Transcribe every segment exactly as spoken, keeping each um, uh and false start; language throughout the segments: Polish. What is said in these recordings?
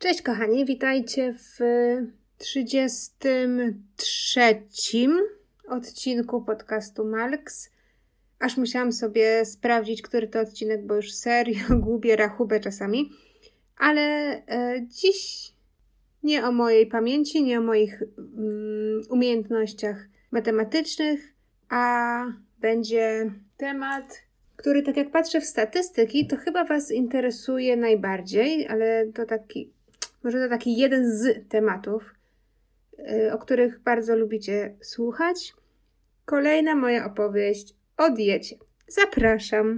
Cześć kochani, witajcie w trzydziestym trzecim odcinku podcastu Malks. Aż musiałam sobie sprawdzić, który to odcinek, bo już serio gubię rachubę czasami. Ale e, dziś nie o mojej pamięci, nie o moich mm, umiejętnościach matematycznych, a będzie temat, który tak jak patrzę w statystyki, to chyba Was interesuje najbardziej, ale to taki, może to taki jeden z tematów, yy, o których bardzo lubicie słuchać. Kolejna moja opowieść o diecie. Zapraszam!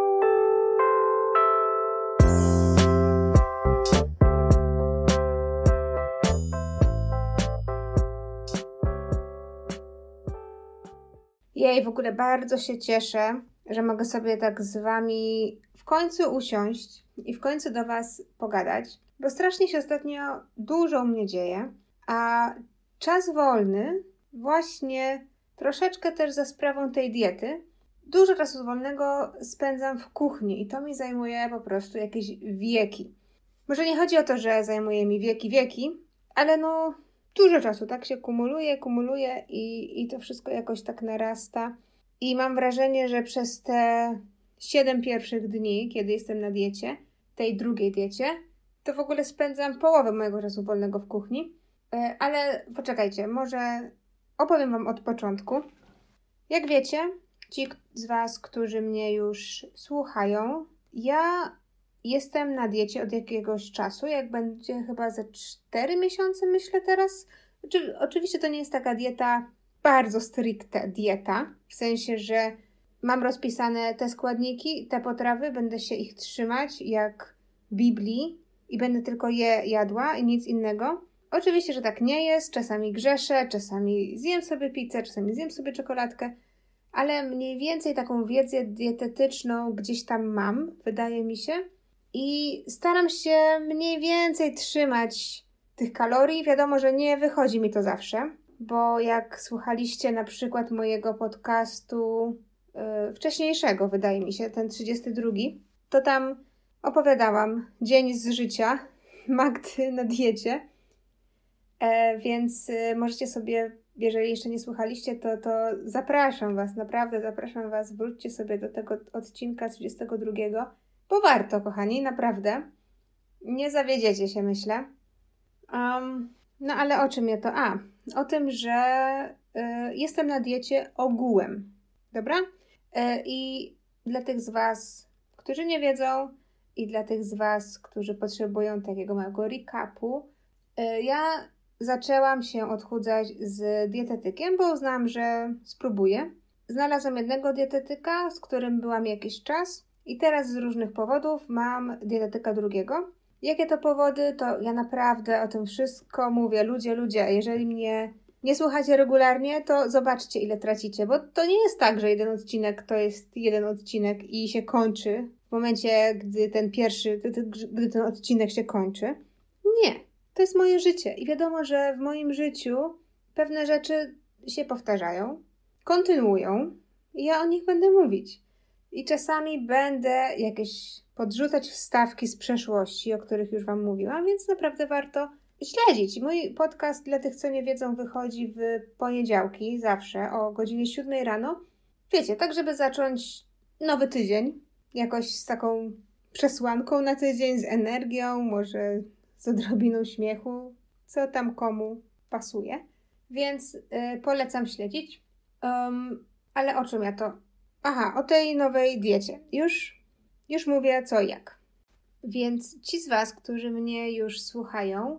Jej, w ogóle bardzo się cieszę, że mogę sobie tak z Wami w końcu usiąść i w końcu do Was pogadać, bo strasznie się ostatnio dużo u mnie dzieje, a czas wolny właśnie troszeczkę też za sprawą tej diety, dużo czasu wolnego spędzam w kuchni i to mi zajmuje po prostu jakieś wieki. Może nie chodzi o to, że zajmuje mi wieki, wieki, ale no dużo czasu tak się kumuluje, kumuluje i, i to wszystko jakoś tak narasta. I mam wrażenie, że przez te siedem pierwszych dni, kiedy jestem na diecie, tej drugiej diecie, to w ogóle spędzam połowę mojego czasu wolnego w kuchni. Ale poczekajcie, może opowiem Wam od początku. Jak wiecie, ci z Was, którzy mnie już słuchają, ja jestem na diecie od jakiegoś czasu, jak będzie chyba za cztery miesiące, myślę teraz. Oczy, oczywiście to nie jest taka dieta, bardzo stricte dieta, w sensie, że mam rozpisane te składniki, te potrawy, będę się ich trzymać jak Biblii i będę tylko je jadła i nic innego. Oczywiście, że tak nie jest, czasami grzeszę, czasami zjem sobie pizzę, czasami zjem sobie czekoladkę, ale mniej więcej taką wiedzę dietetyczną gdzieś tam mam, wydaje mi się, i staram się mniej więcej trzymać tych kalorii. Wiadomo, że nie wychodzi mi to zawsze, bo jak słuchaliście na przykład mojego podcastu yy, wcześniejszego, wydaje mi się, ten trzydziesty drugi, to tam opowiadałam dzień z życia Magdy na diecie, e, więc y, możecie sobie, jeżeli jeszcze nie słuchaliście, to, to zapraszam Was, naprawdę zapraszam Was, wróćcie sobie do tego odcinka trzydziestego drugiego, bo warto, kochani, naprawdę. Nie zawiedziecie się, myślę. Um, no ale o czym ja to? A, o tym, że y, jestem na diecie ogółem. Dobra? Y, I dla tych z Was, którzy nie wiedzą i dla tych z Was, którzy potrzebują takiego małego recapu, y, ja zaczęłam się odchudzać z dietetykiem, bo uznałam, że spróbuję. Znalazłam jednego dietetyka, z którym byłam jakiś czas i teraz z różnych powodów mam dietetyka drugiego. Jakie to powody, to ja naprawdę o tym wszystko mówię. Ludzie, ludzie, jeżeli mnie nie słuchacie regularnie, to zobaczcie, ile tracicie, bo to nie jest tak, że jeden odcinek to jest jeden odcinek i się kończy w momencie, gdy ten pierwszy, gdy ten odcinek się kończy. Nie, to jest moje życie i wiadomo, że w moim życiu pewne rzeczy się powtarzają, kontynuują i ja o nich będę mówić. I czasami będę jakieś podrzucać wstawki z przeszłości, o których już Wam mówiłam, więc naprawdę warto śledzić. Mój podcast, dla tych, co nie wiedzą, wychodzi w poniedziałki, zawsze o godzinie siódmej rano. Wiecie, tak żeby zacząć nowy tydzień, jakoś z taką przesłanką na tydzień, z energią, może z odrobiną śmiechu, co tam komu pasuje. Więc yy, polecam śledzić. Um, ale o czym ja to... Aha, o tej nowej diecie. Już, już mówię co i jak. Więc ci z Was, którzy mnie już słuchają,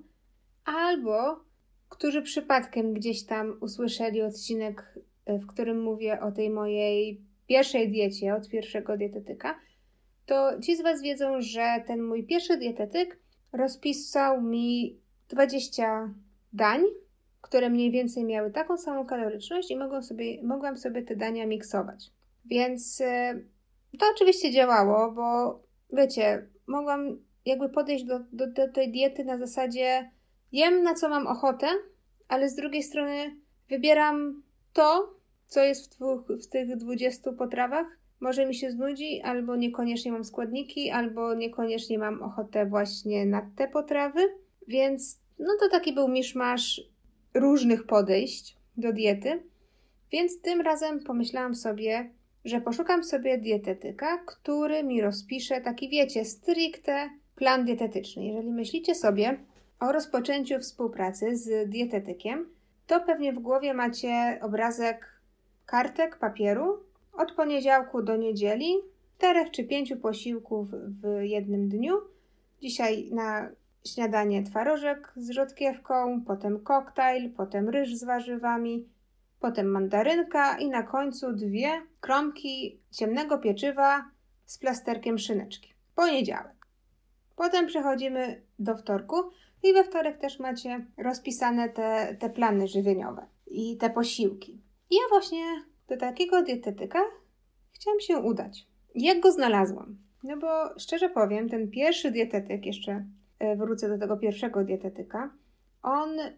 albo którzy przypadkiem gdzieś tam usłyszeli odcinek, w którym mówię o tej mojej pierwszej diecie od pierwszego dietetyka, to ci z Was wiedzą, że ten mój pierwszy dietetyk rozpisał mi dwadzieścia dań, które mniej więcej miały taką samą kaloryczność i mogłam sobie, mogłam sobie te dania miksować. Więc y, to oczywiście działało, bo wiecie, mogłam jakby podejść do, do, do tej diety na zasadzie jem na co mam ochotę, ale z drugiej strony wybieram to, co jest w, dwóch, w tych dwudziestu potrawach. Może mi się znudzi, albo niekoniecznie mam składniki, albo niekoniecznie mam ochotę właśnie na te potrawy. Więc no to taki był miszmasz różnych podejść do diety. Więc tym razem pomyślałam sobie, że poszukam sobie dietetyka, który mi rozpisze taki, wiecie, stricte plan dietetyczny. Jeżeli myślicie sobie o rozpoczęciu współpracy z dietetykiem, to pewnie w głowie macie obrazek kartek papieru od poniedziałku do niedzieli, czterech czy pięciu posiłków w jednym dniu. Dzisiaj na śniadanie twarożek z rzodkiewką, potem koktajl, potem ryż z warzywami, potem mandarynka i na końcu dwie kromki ciemnego pieczywa z plasterkiem szyneczki. Poniedziałek. Potem przechodzimy do wtorku i we wtorek też macie rozpisane te, te plany żywieniowe i te posiłki. I ja właśnie do takiego dietetyka chciałam się udać. Jak go znalazłam? No bo szczerze powiem, ten pierwszy dietetyk, jeszcze wrócę do tego pierwszego dietetyka, on, yy,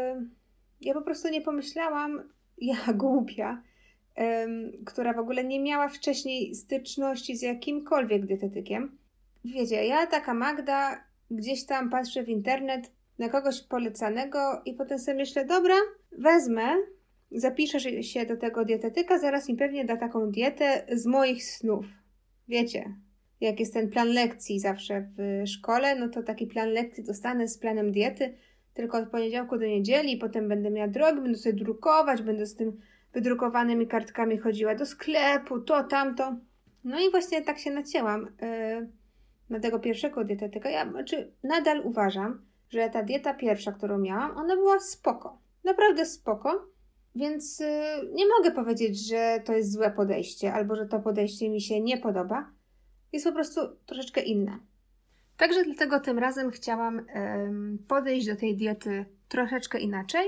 ja po prostu nie pomyślałam, ja głupia, yy, która w ogóle nie miała wcześniej styczności z jakimkolwiek dietetykiem. Wiecie, ja taka Magda, gdzieś tam patrzę w internet na kogoś polecanego i potem sobie myślę, dobra, wezmę, zapiszę się do tego dietetyka, zaraz mi pewnie da taką dietę z moich snów. Wiecie, jak jest ten plan lekcji zawsze w szkole, no to taki plan lekcji dostanę z planem diety tylko od poniedziałku do niedzieli, potem będę miała drogi, będę sobie drukować, będę z tym wydrukowanymi kartkami chodziła do sklepu, to, tamto. No i właśnie tak się nacięłam yy, na tego pierwszego dietetyka. Ja znaczy, nadal uważam, że ta dieta pierwsza, którą miałam, ona była spoko. Naprawdę spoko. Więc yy, nie mogę powiedzieć, że to jest złe podejście, albo że to podejście mi się nie podoba. Jest po prostu troszeczkę inne. Także dlatego tym razem chciałam yy, podejść do tej diety troszeczkę inaczej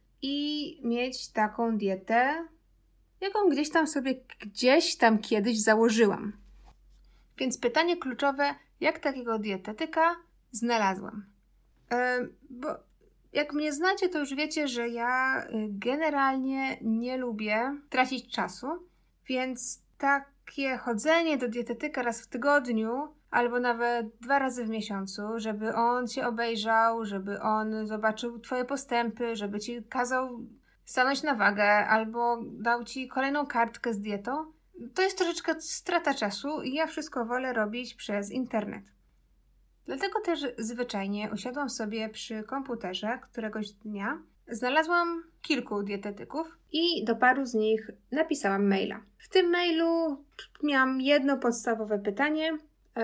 i mieć taką dietę, jaką gdzieś tam sobie, gdzieś tam kiedyś założyłam. Więc pytanie kluczowe, jak takiego dietetyka znalazłam? Yy, bo jak mnie znacie, to już wiecie, że ja generalnie nie lubię tracić czasu, więc takie chodzenie do dietetyka raz w tygodniu albo nawet dwa razy w miesiącu, żeby on cię obejrzał, żeby on zobaczył twoje postępy, żeby ci kazał stanąć na wagę albo dał ci kolejną kartkę z dietą, to jest troszeczkę strata czasu i ja wszystko wolę robić przez internet. Dlatego też zwyczajnie usiadłam sobie przy komputerze któregoś dnia, znalazłam kilku dietetyków i do paru z nich napisałam maila. W tym mailu miałam jedno podstawowe pytanie,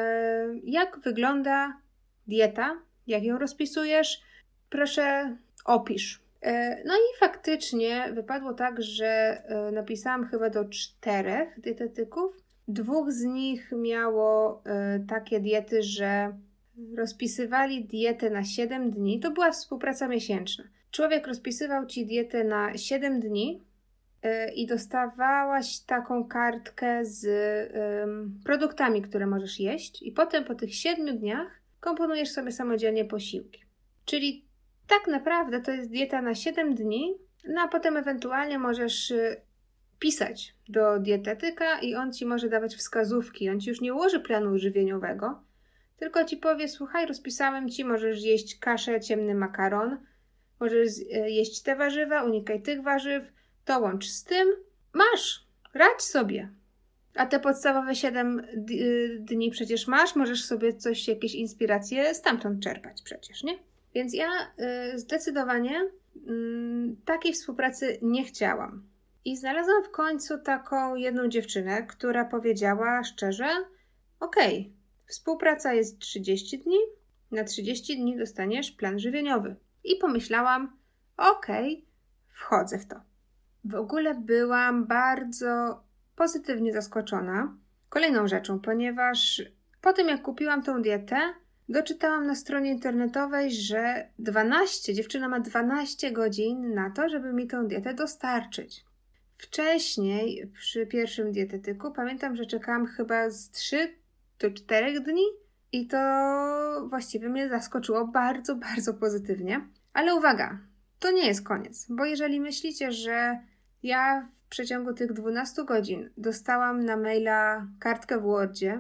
jak wygląda dieta, jak ją rozpisujesz, proszę opisz. No i faktycznie wypadło tak, że napisałam chyba do czterech dietetyków. Dwóch z nich miało takie diety, że rozpisywali dietę na siedem dni. To była współpraca miesięczna. Człowiek rozpisywał ci dietę na siedem dni yy, i dostawałaś taką kartkę z yy, produktami, które możesz jeść i potem po tych siedmiu dniach komponujesz sobie samodzielnie posiłki. Czyli tak naprawdę to jest dieta na siedem dni, no a potem ewentualnie możesz yy, pisać do dietetyka i on ci może dawać wskazówki. On ci już nie ułoży planu żywieniowego, tylko ci powie, słuchaj, rozpisałem ci, możesz jeść kaszę, ciemny makaron, możesz jeść te warzywa, unikaj tych warzyw, to łącz z tym, masz, radź sobie. A te podstawowe siedem dni przecież masz, możesz sobie coś, jakieś inspiracje stamtąd czerpać przecież, nie? Więc ja y, zdecydowanie y, takiej współpracy nie chciałam. I znalazłam w końcu taką jedną dziewczynę, która powiedziała szczerze, okej, okay, współpraca jest trzydzieści dni, na trzydzieści dni dostaniesz plan żywieniowy. I pomyślałam, okej, okay, wchodzę w to. W ogóle byłam bardzo pozytywnie zaskoczona kolejną rzeczą, ponieważ po tym jak kupiłam tą dietę, doczytałam na stronie internetowej, że dwanaście, dziewczyna ma dwanaście godzin na to, żeby mi tą dietę dostarczyć. Wcześniej przy pierwszym dietetyku pamiętam, że czekałam chyba z trzy do czterech dni i to właściwie mnie zaskoczyło bardzo, bardzo pozytywnie. Ale uwaga, to nie jest koniec, bo jeżeli myślicie, że ja w przeciągu tych dwunastu godzin dostałam na maila kartkę w Wordzie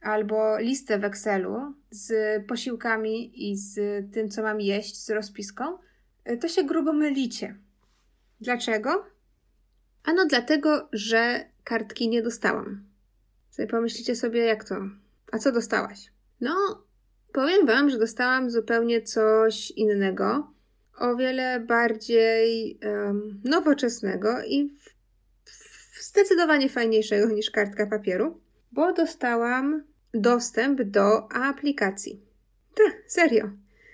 albo listę w Excelu z posiłkami i z tym, co mam jeść, z rozpiską, to się grubo mylicie. Dlaczego? Ano dlatego, że kartki nie dostałam. Sobie pomyślicie sobie, jak to? A co dostałaś? No, powiem wam, że dostałam zupełnie coś innego, o wiele bardziej um, nowoczesnego i w, w zdecydowanie fajniejszego niż kartka papieru, bo dostałam dostęp do aplikacji. Tak, serio.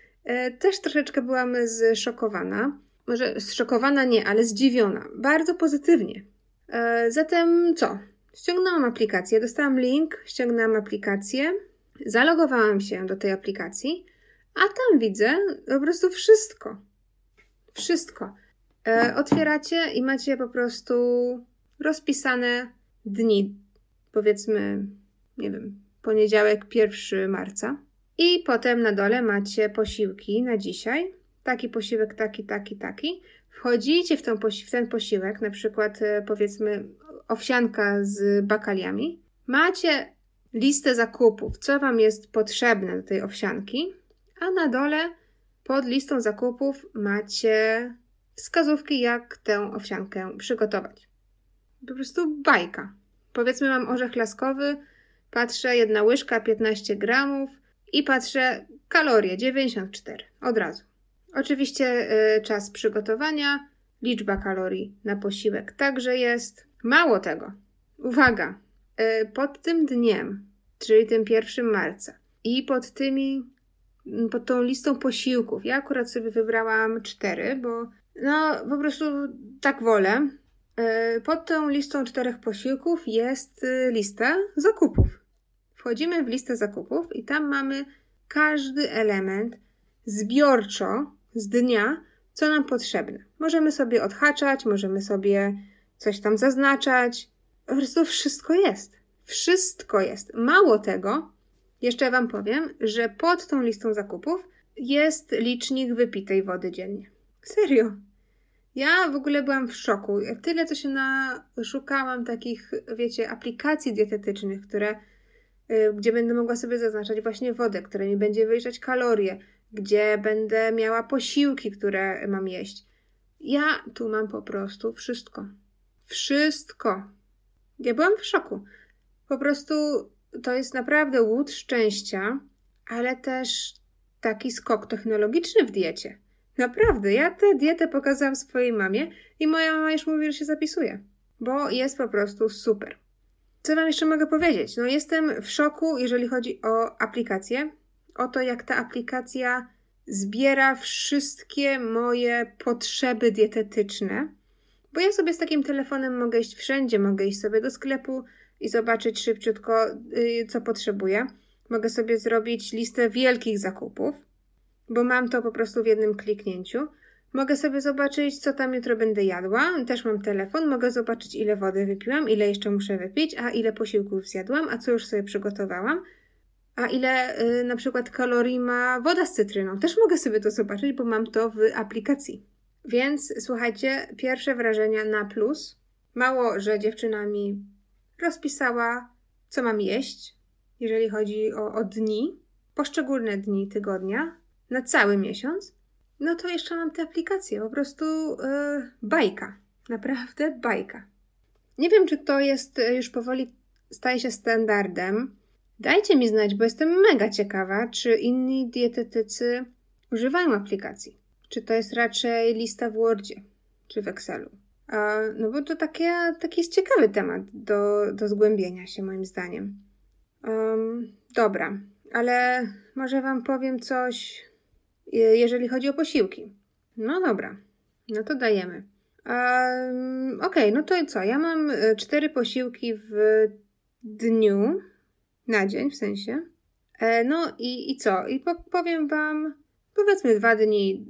E, też troszeczkę byłam zszokowana. Może zszokowana nie, ale zdziwiona. Bardzo pozytywnie. E, zatem co? Ściągnęłam aplikację, dostałam link, ściągnęłam aplikację, zalogowałam się do tej aplikacji, a tam widzę po prostu wszystko. Wszystko. E, otwieracie i macie po prostu rozpisane dni. Powiedzmy, nie wiem, poniedziałek, pierwszego marca. I potem na dole macie posiłki na dzisiaj. Taki posiłek, taki, taki, taki. Wchodzicie w ten, posi- w ten posiłek, na przykład e, powiedzmy owsianka z bakaliami. Macie listę zakupów, co wam jest potrzebne do tej owsianki, a na dole pod listą zakupów macie wskazówki, jak tę owsiankę przygotować. Po prostu bajka. Powiedzmy, mam orzech laskowy, patrzę, jedna łyżka, piętnaście gramów i patrzę kalorie, dziewięćdziesiąt cztery, od razu. Oczywiście y, czas przygotowania, liczba kalorii na posiłek także jest. Mało tego, uwaga, y, pod tym dniem, czyli tym pierwszego marca i pod tymi, pod tą listą posiłków, ja akurat sobie wybrałam cztery, bo no po prostu tak wolę. Y, pod tą listą czterech posiłków jest y, lista zakupów. Wchodzimy w listę zakupów i tam mamy każdy element zbiorczo z dnia, co nam potrzebne. Możemy sobie odhaczać, możemy sobie coś tam zaznaczać. Po prostu wszystko jest. Wszystko jest. Mało tego, jeszcze wam powiem, że pod tą listą zakupów jest licznik wypitej wody dziennie. Serio. Ja w ogóle byłam w szoku. Tyle, co się naszukałam takich, wiecie, aplikacji dietetycznych, które, y, gdzie będę mogła sobie zaznaczać właśnie wodę, która mi będzie wyliczać kalorie, gdzie będę miała posiłki, które mam jeść. Ja tu mam po prostu wszystko. Wszystko. Ja byłam w szoku. Po prostu to jest naprawdę łód szczęścia, ale też taki skok technologiczny w diecie. Naprawdę, ja tę dietę pokazałam swojej mamie i moja mama już mówi, że się zapisuje, bo jest po prostu super. Co wam jeszcze mogę powiedzieć? No jestem w szoku, jeżeli chodzi o aplikację, o to, jak ta aplikacja zbiera wszystkie moje potrzeby dietetyczne, bo ja sobie z takim telefonem mogę iść wszędzie, mogę iść sobie do sklepu i zobaczyć szybciutko, yy, co potrzebuję. Mogę sobie zrobić listę wielkich zakupów, bo mam to po prostu w jednym kliknięciu. Mogę sobie zobaczyć, co tam jutro będę jadła. Też mam telefon. Mogę zobaczyć, ile wody wypiłam, ile jeszcze muszę wypić, a ile posiłków zjadłam, a co już sobie przygotowałam, a ile y, na przykład kalorii ma woda z cytryną. Też mogę sobie to zobaczyć, bo mam to w aplikacji. Więc słuchajcie, pierwsze wrażenia na plus. Mało, że dziewczyna mi rozpisała, co mam jeść, jeżeli chodzi o, o dni, poszczególne dni tygodnia, na cały miesiąc, no to jeszcze mam tę aplikację. Po prostu yy, bajka. Naprawdę bajka. Nie wiem, czy to jest już powoli staje się standardem. Dajcie mi znać, bo jestem mega ciekawa, czy inni dietetycy używają aplikacji. Czy to jest raczej lista w Wordzie, czy w Excelu. A, no bo to takie, taki jest ciekawy temat do, do zgłębienia się, moim zdaniem. Um, dobra, ale może wam powiem coś, jeżeli chodzi o posiłki. No dobra, no to dajemy. Um, Okej, okay, no to co? Ja mam cztery posiłki w dniu, na dzień w sensie. E, no i, i co? I po, powiem wam, powiedzmy dwa dni,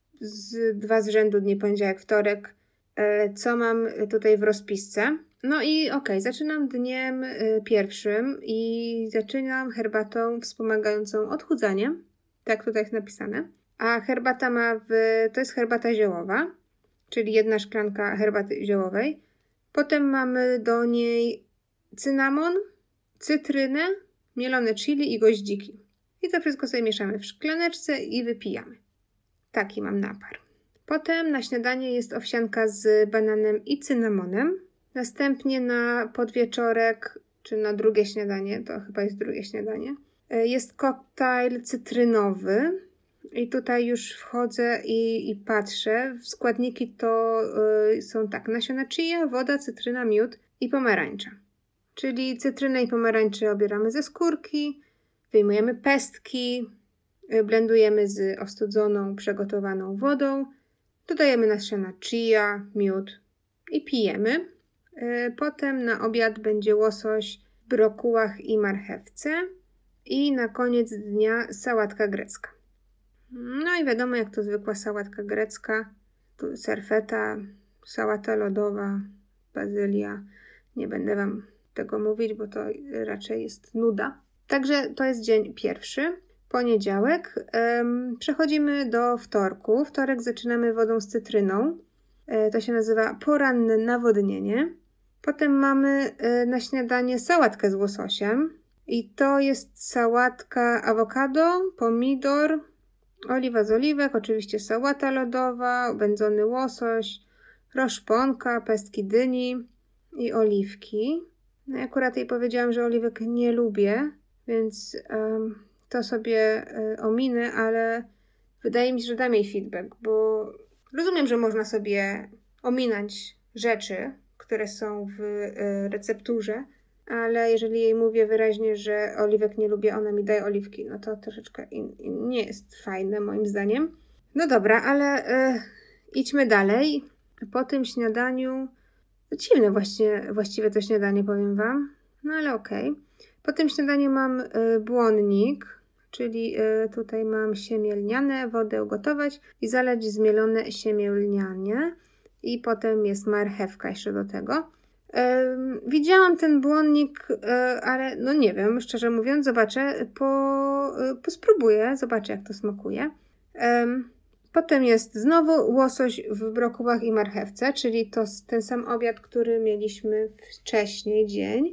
z, dwa z rzędu dni, poniedziałek, wtorek, e, co mam tutaj w rozpisce. No i okej, okay, zaczynam dniem y, pierwszym i zaczynam herbatą wspomagającą odchudzanie. Tak tutaj jest napisane. A herbata ma w... to jest herbata ziołowa, czyli jedna szklanka herbaty ziołowej. Potem mamy do niej cynamon, cytrynę, mielone chili i goździki. I to wszystko sobie mieszamy w szklaneczce i wypijamy. Taki mam napar. Potem na śniadanie jest owsianka z bananem i cynamonem. Następnie na podwieczorek, czy na drugie śniadanie, to chyba jest drugie śniadanie, jest koktajl cytrynowy. I tutaj już wchodzę i, i patrzę. Składniki to y, są tak, nasiona chia, woda, cytryna, miód i pomarańcza. Czyli cytrynę i pomarańcze obieramy ze skórki, wyjmujemy pestki, y, blendujemy z ostudzoną, przygotowaną wodą, dodajemy nasiona chia, miód i pijemy. Y, potem na obiad będzie łosoś w brokułach i marchewce i na koniec dnia sałatka grecka. No i wiadomo, jak to zwykła sałatka grecka, tu serfeta, sałata lodowa, bazylia. Nie będę Wam tego mówić, bo to raczej jest nuda. Także to jest dzień pierwszy, poniedziałek. Ym, przechodzimy do wtorku. Wtorek zaczynamy wodą z cytryną. Yy, to się nazywa poranne nawodnienie. Potem mamy yy, na śniadanie sałatkę z łososiem. I to jest sałatka awokado, pomidor, oliwa z oliwek, oczywiście sałata lodowa, wędzony łosoś, roszponka, pestki dyni i oliwki. No, akurat jej powiedziałam, że oliwek nie lubię, więc um, to sobie um, ominę, ale wydaje mi się, że dam jej feedback, bo rozumiem, że można sobie ominąć rzeczy, które są w y, recepturze, ale jeżeli jej mówię wyraźnie, że oliwek nie lubię, ona mi daje oliwki, no to troszeczkę in, in nie jest fajne moim zdaniem. No dobra, ale y, idźmy dalej. Po tym śniadaniu, dziwne właśnie, właściwie to śniadanie, powiem Wam, no ale okej. Okay. Po tym śniadaniu mam y, błonnik, czyli y, tutaj mam siemię lniane, wodę ugotować i zalać zmielone siemię lniane i potem jest marchewka jeszcze do tego. Yy, widziałam ten błonnik, yy, ale no nie wiem, szczerze mówiąc, zobaczę, po, yy, pospróbuję, zobaczę jak to smakuje. Yy, potem jest znowu łosoś w brokułach i marchewce, czyli to ten sam obiad, który mieliśmy wcześniej dzień.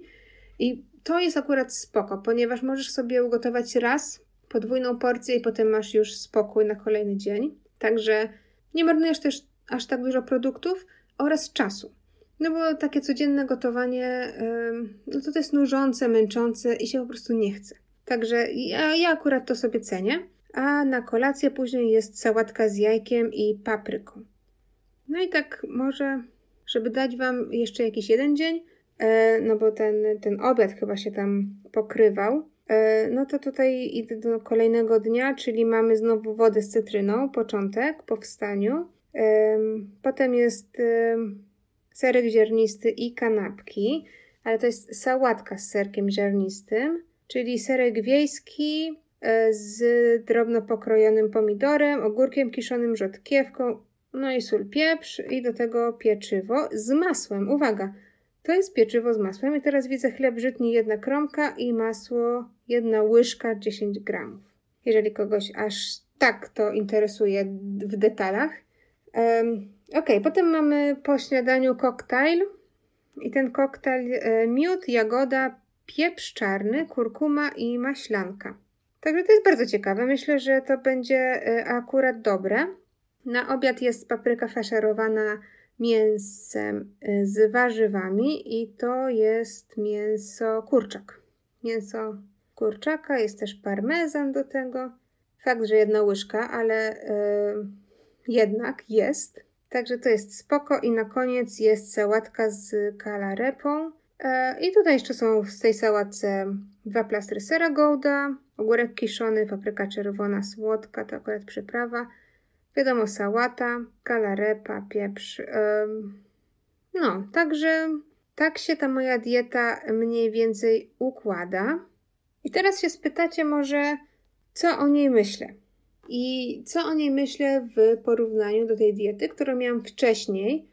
I to jest akurat spoko, ponieważ możesz sobie ugotować raz podwójną porcję i potem masz już spokój na kolejny dzień. Także nie marnujesz też aż tak dużo produktów oraz czasu. No bo takie codzienne gotowanie, no to to jest nużące, męczące i się po prostu nie chce. Także ja, ja akurat to sobie cenię. A na kolację później jest sałatka z jajkiem i papryką. No i tak może, żeby dać Wam jeszcze jakiś jeden dzień, no bo ten, ten obiad chyba się tam pokrywał, no to tutaj idę do kolejnego dnia, czyli mamy znowu wodę z cytryną, początek po wstaniu. Potem jest serek ziarnisty i kanapki, ale to jest sałatka z serkiem ziarnistym, czyli serek wiejski z drobno pokrojonym pomidorem, ogórkiem kiszonym, rzodkiewką, no i sól, pieprz i do tego pieczywo z masłem. Uwaga, to jest pieczywo z masłem i teraz widzę chleb żytni jedna kromka i masło jedna łyżka dziesięć gramów. Jeżeli kogoś aż tak to interesuje w detalach. Um, ok, potem mamy po śniadaniu koktajl i ten koktajl e, miód, jagoda, pieprz czarny, kurkuma i maślanka. Także to jest bardzo ciekawe. Myślę, że to będzie e, akurat dobre. Na obiad jest papryka faszerowana mięsem e, z warzywami i to jest mięso kurczak. Mięso kurczaka, jest też parmezan do tego. Fakt, że jedna łyżka, ale e, jednak jest. Także to jest spoko i na koniec jest sałatka z kalarepą. E, I tutaj jeszcze są w tej sałatce dwa plastry sera gouda, ogórek kiszony, papryka czerwona, słodka, to akurat przyprawa. Wiadomo, sałata, kalarepa, pieprz. E, no, także tak się ta moja dieta mniej więcej układa. I teraz się spytacie może, co o niej myślę. I co o niej myślę w porównaniu do tej diety, którą miałam wcześniej,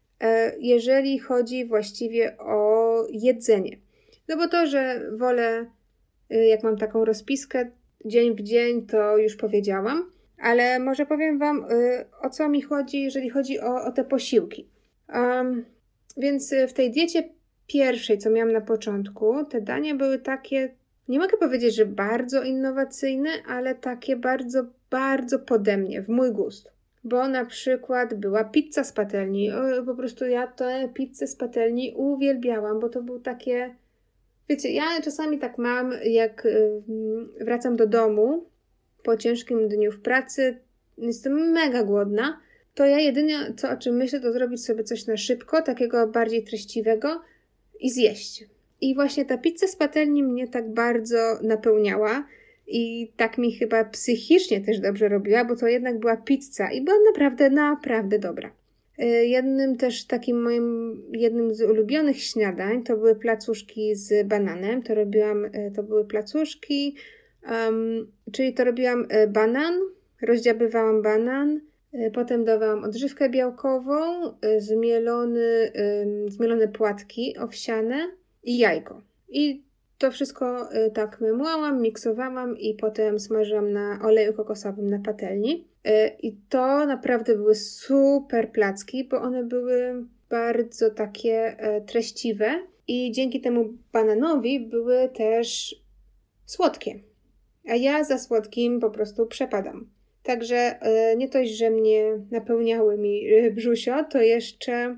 jeżeli chodzi właściwie o jedzenie. No bo to, że wolę, jak mam taką rozpiskę dzień w dzień, to już powiedziałam, ale może powiem Wam, o co mi chodzi, jeżeli chodzi o, o te posiłki. Um, więc w tej diecie pierwszej, co miałam na początku, te dania były takie nie mogę powiedzieć, że bardzo innowacyjne, ale takie bardzo, bardzo pode mnie, w mój gust. Bo na przykład była pizza z patelni. O, po prostu ja tę pizzę z patelni uwielbiałam, bo to było takie... Wiecie, ja czasami tak mam, jak wracam do domu po ciężkim dniu w pracy, jestem mega głodna, to ja jedynie co o czym myślę, to zrobić sobie coś na szybko, takiego bardziej treściwego i zjeść. I właśnie ta pizza z patelni mnie tak bardzo napełniała i tak mi chyba psychicznie też dobrze robiła, bo to jednak była pizza i była naprawdę, naprawdę dobra. Jednym też takim moim, jednym z ulubionych śniadań to były placuszki z bananem. To robiłam, to były placuszki, um, czyli to robiłam banan, rozdziabywałam banan, potem dawałam odżywkę białkową, zmielony, zmielone płatki owsiane i jajko. I to wszystko tak mymłałam, miksowałam i potem smażyłam na oleju kokosowym na patelni. I to naprawdę były super placki, bo one były bardzo takie treściwe i dzięki temu bananowi były też słodkie. A ja za słodkim po prostu przepadam. Także nie dość, że mnie napełniały mi brzusio, to jeszcze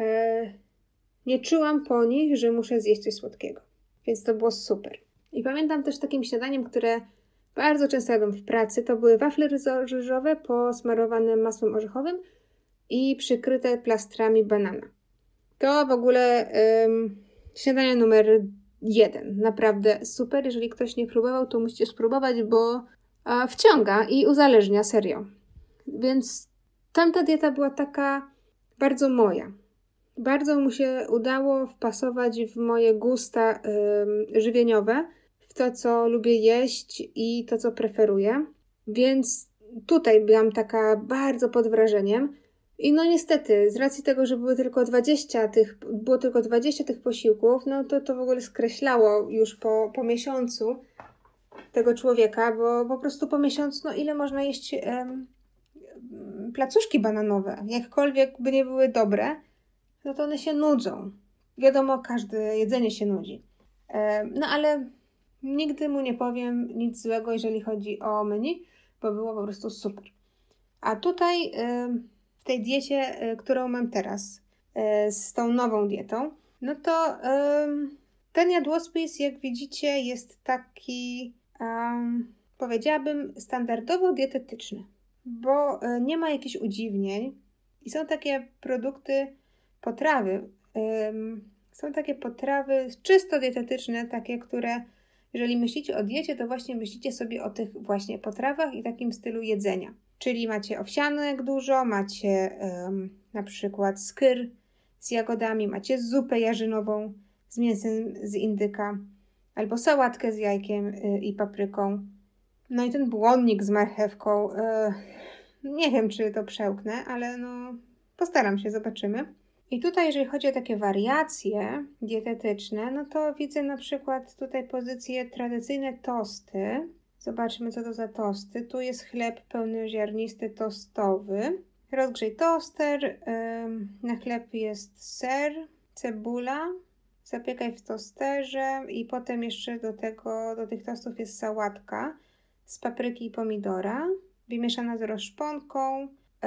nie czułam po nich, że muszę zjeść coś słodkiego. Więc to było super. I pamiętam też takim śniadaniem, które bardzo często jadłam w pracy, to były wafle ryżowe posmarowane masłem orzechowym i przykryte plastrami banana. To w ogóle ym, śniadanie numer jeden. Naprawdę super. Jeżeli ktoś nie próbował, to musicie spróbować, bo a, wciąga i uzależnia, serio. Więc tamta dieta była taka bardzo moja. Bardzo mu się udało wpasować w moje gusta ym, żywieniowe, w to, co lubię jeść i to, co preferuję. Więc tutaj byłam taka bardzo pod wrażeniem. I no niestety, z racji tego, że były tylko dwadzieścia tych, było tylko dwadzieścia tych posiłków, no to to w ogóle skreślało już po, po miesiącu tego człowieka, bo po prostu po miesiącu, no ile można jeść em, placuszki bananowe, jakkolwiek by nie były dobre, no to one się nudzą. Wiadomo, każde jedzenie się nudzi. E, no ale nigdy mu nie powiem nic złego, jeżeli chodzi o menu, bo było po prostu super. A tutaj y, w tej diecie, y, którą mam teraz, y, z tą nową dietą, no to y, ten jadłospis, jak widzicie, jest taki, um, powiedziałabym, standardowo dietetyczny, bo y, nie ma jakichś udziwnień i są takie produkty, potrawy, y, są takie potrawy czysto dietetyczne, takie, które jeżeli myślicie o diecie, to właśnie myślicie sobie o tych właśnie potrawach i takim stylu jedzenia. Czyli macie owsianek dużo, macie um, na przykład skyr z jagodami, macie zupę jarzynową z mięsem z indyka, albo sałatkę z jajkiem y, i papryką. No i ten błonnik z marchewką. Y, nie wiem, czy to przełknę, ale no postaram się, zobaczymy. I tutaj, jeżeli chodzi o takie wariacje dietetyczne, no to widzę na przykład tutaj pozycję tradycyjne tosty. Zobaczmy, co to za tosty. Tu jest chleb pełnoziarnisty tostowy. Rozgrzej toster. Na chleb jest ser, cebula. Zapiekaj w tosterze i potem jeszcze do tego, do tych tostów jest sałatka z papryki i pomidora, wymieszana z rozszponką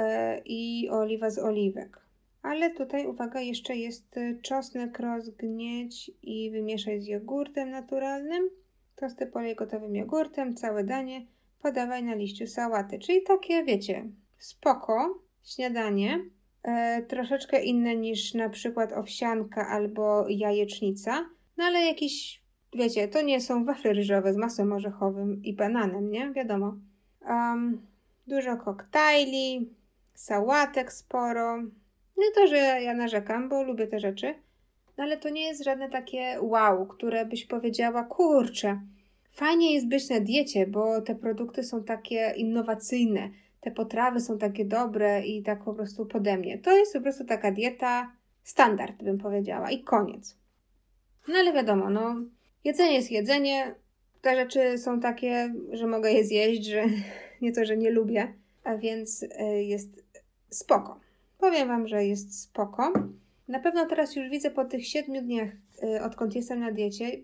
i oliwa z oliwek. Ale tutaj, uwaga, jeszcze jest czosnek rozgnieć i wymieszać z jogurtem naturalnym. Tosty polej gotowym jogurtem, całe danie podawaj na liściu sałaty. Czyli takie, wiecie, spoko śniadanie. E, troszeczkę inne niż na przykład owsianka albo jajecznica. No ale jakieś, wiecie, to nie są wafle ryżowe z masłem orzechowym i bananem, nie? Wiadomo. Um, dużo koktajli, sałatek sporo. No i to, że ja narzekam, bo lubię te rzeczy, no ale to nie jest żadne takie wow, które byś powiedziała, kurczę, fajnie jest być na diecie, bo te produkty są takie innowacyjne, te potrawy są takie dobre i tak po prostu pode mnie. To jest po prostu taka dieta standard, bym powiedziała, i koniec. No ale wiadomo, no jedzenie jest jedzenie, te rzeczy są takie, że mogę je zjeść, że nie to, że nie lubię, a więc jest spoko. Powiem Wam, że jest spoko. Na pewno teraz już widzę po tych siedmiu dniach, yy, odkąd jestem na diecie,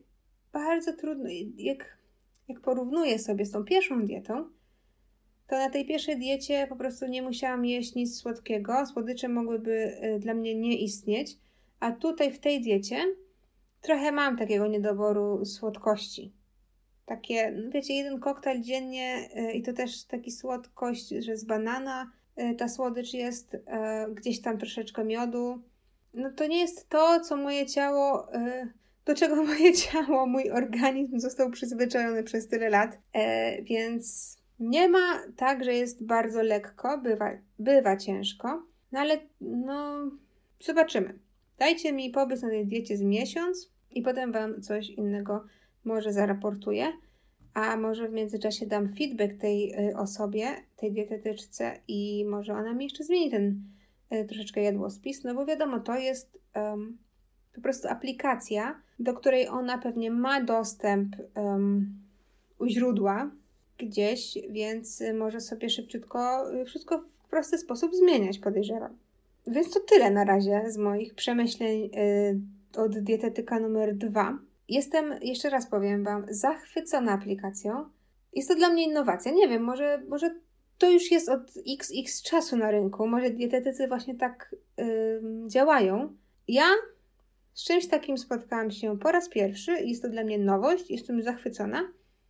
bardzo trudno, jak, jak porównuję sobie z tą pierwszą dietą, to na tej pierwszej diecie po prostu nie musiałam jeść nic słodkiego, słodycze mogłyby dla mnie nie istnieć, a tutaj w tej diecie trochę mam takiego niedoboru słodkości. Takie, no wiecie, jeden koktajl dziennie yy, i to też taki słodkość, że z banana yy, ta słodycz jest, yy, gdzieś tam troszeczkę miodu. No to nie jest to, co moje ciało, yy, do czego moje ciało, mój organizm został przyzwyczajony przez tyle lat. Yy, więc nie ma tak, że jest bardzo lekko, bywa, bywa ciężko, no ale no zobaczymy. Dajcie mi pobyt na tej diecie z miesiąc i potem Wam coś innego może zaraportuję, a może w międzyczasie dam feedback tej y, osobie, tej dietetyczce i może ona mi jeszcze zmieni ten y, troszeczkę jadłospis, no bo wiadomo, to jest um, po prostu aplikacja, do której ona pewnie ma dostęp um, u źródła gdzieś, więc może sobie szybciutko y, wszystko w prosty sposób zmieniać, podejrzewam. Więc to tyle na razie z moich przemyśleń y, od dietetyka numer dwa. Jestem, jeszcze raz powiem Wam, zachwycona aplikacją. Jest to dla mnie innowacja. Nie wiem, może, może to już jest od iks iks czasu na rynku. Może dietetycy właśnie tak yy, działają. Ja z czymś takim spotkałam się po raz pierwszy. Jest to dla mnie nowość. Jestem zachwycona.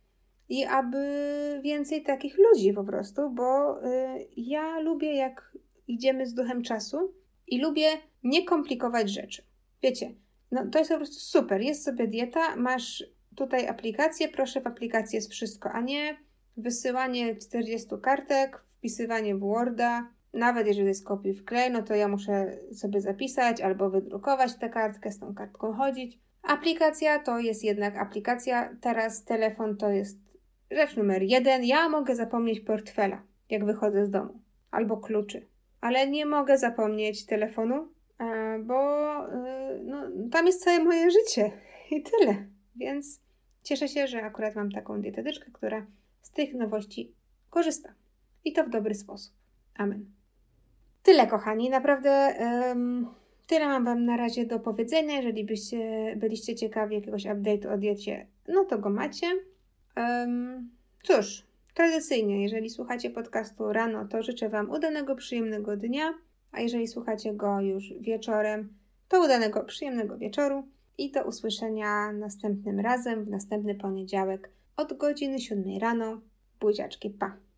I aby więcej takich ludzi po prostu, bo yy, ja lubię, jak idziemy z duchem czasu i lubię nie komplikować rzeczy. Wiecie, no to jest po prostu super. Jest sobie dieta, masz tutaj aplikację, proszę, w aplikacji jest wszystko, a nie wysyłanie czterdziestu kartek, wpisywanie w Worda. Nawet jeżeli jest kopiuj wklej, no to ja muszę sobie zapisać albo wydrukować tę kartkę, z tą kartką chodzić. Aplikacja to jest jednak aplikacja. Teraz telefon to jest rzecz numer jeden. Ja mogę zapomnieć portfela, jak wychodzę z domu, albo kluczy. Ale nie mogę zapomnieć telefonu, bo no, tam jest całe moje życie i tyle. Więc cieszę się, że akurat mam taką dietetyczkę, która z tych nowości korzysta. I to w dobry sposób. Amen. Tyle, kochani. Naprawdę um, tyle mam Wam na razie do powiedzenia. Jeżeli byście byliście ciekawi jakiegoś update'u o diecie, no to go macie. Um, cóż, tradycyjnie, jeżeli słuchacie podcastu rano, to życzę Wam udanego, przyjemnego dnia, a jeżeli słuchacie go już wieczorem, to udanego, przyjemnego wieczoru i do usłyszenia następnym razem w następny poniedziałek od godziny siódmej rano. Buziaczki, pa!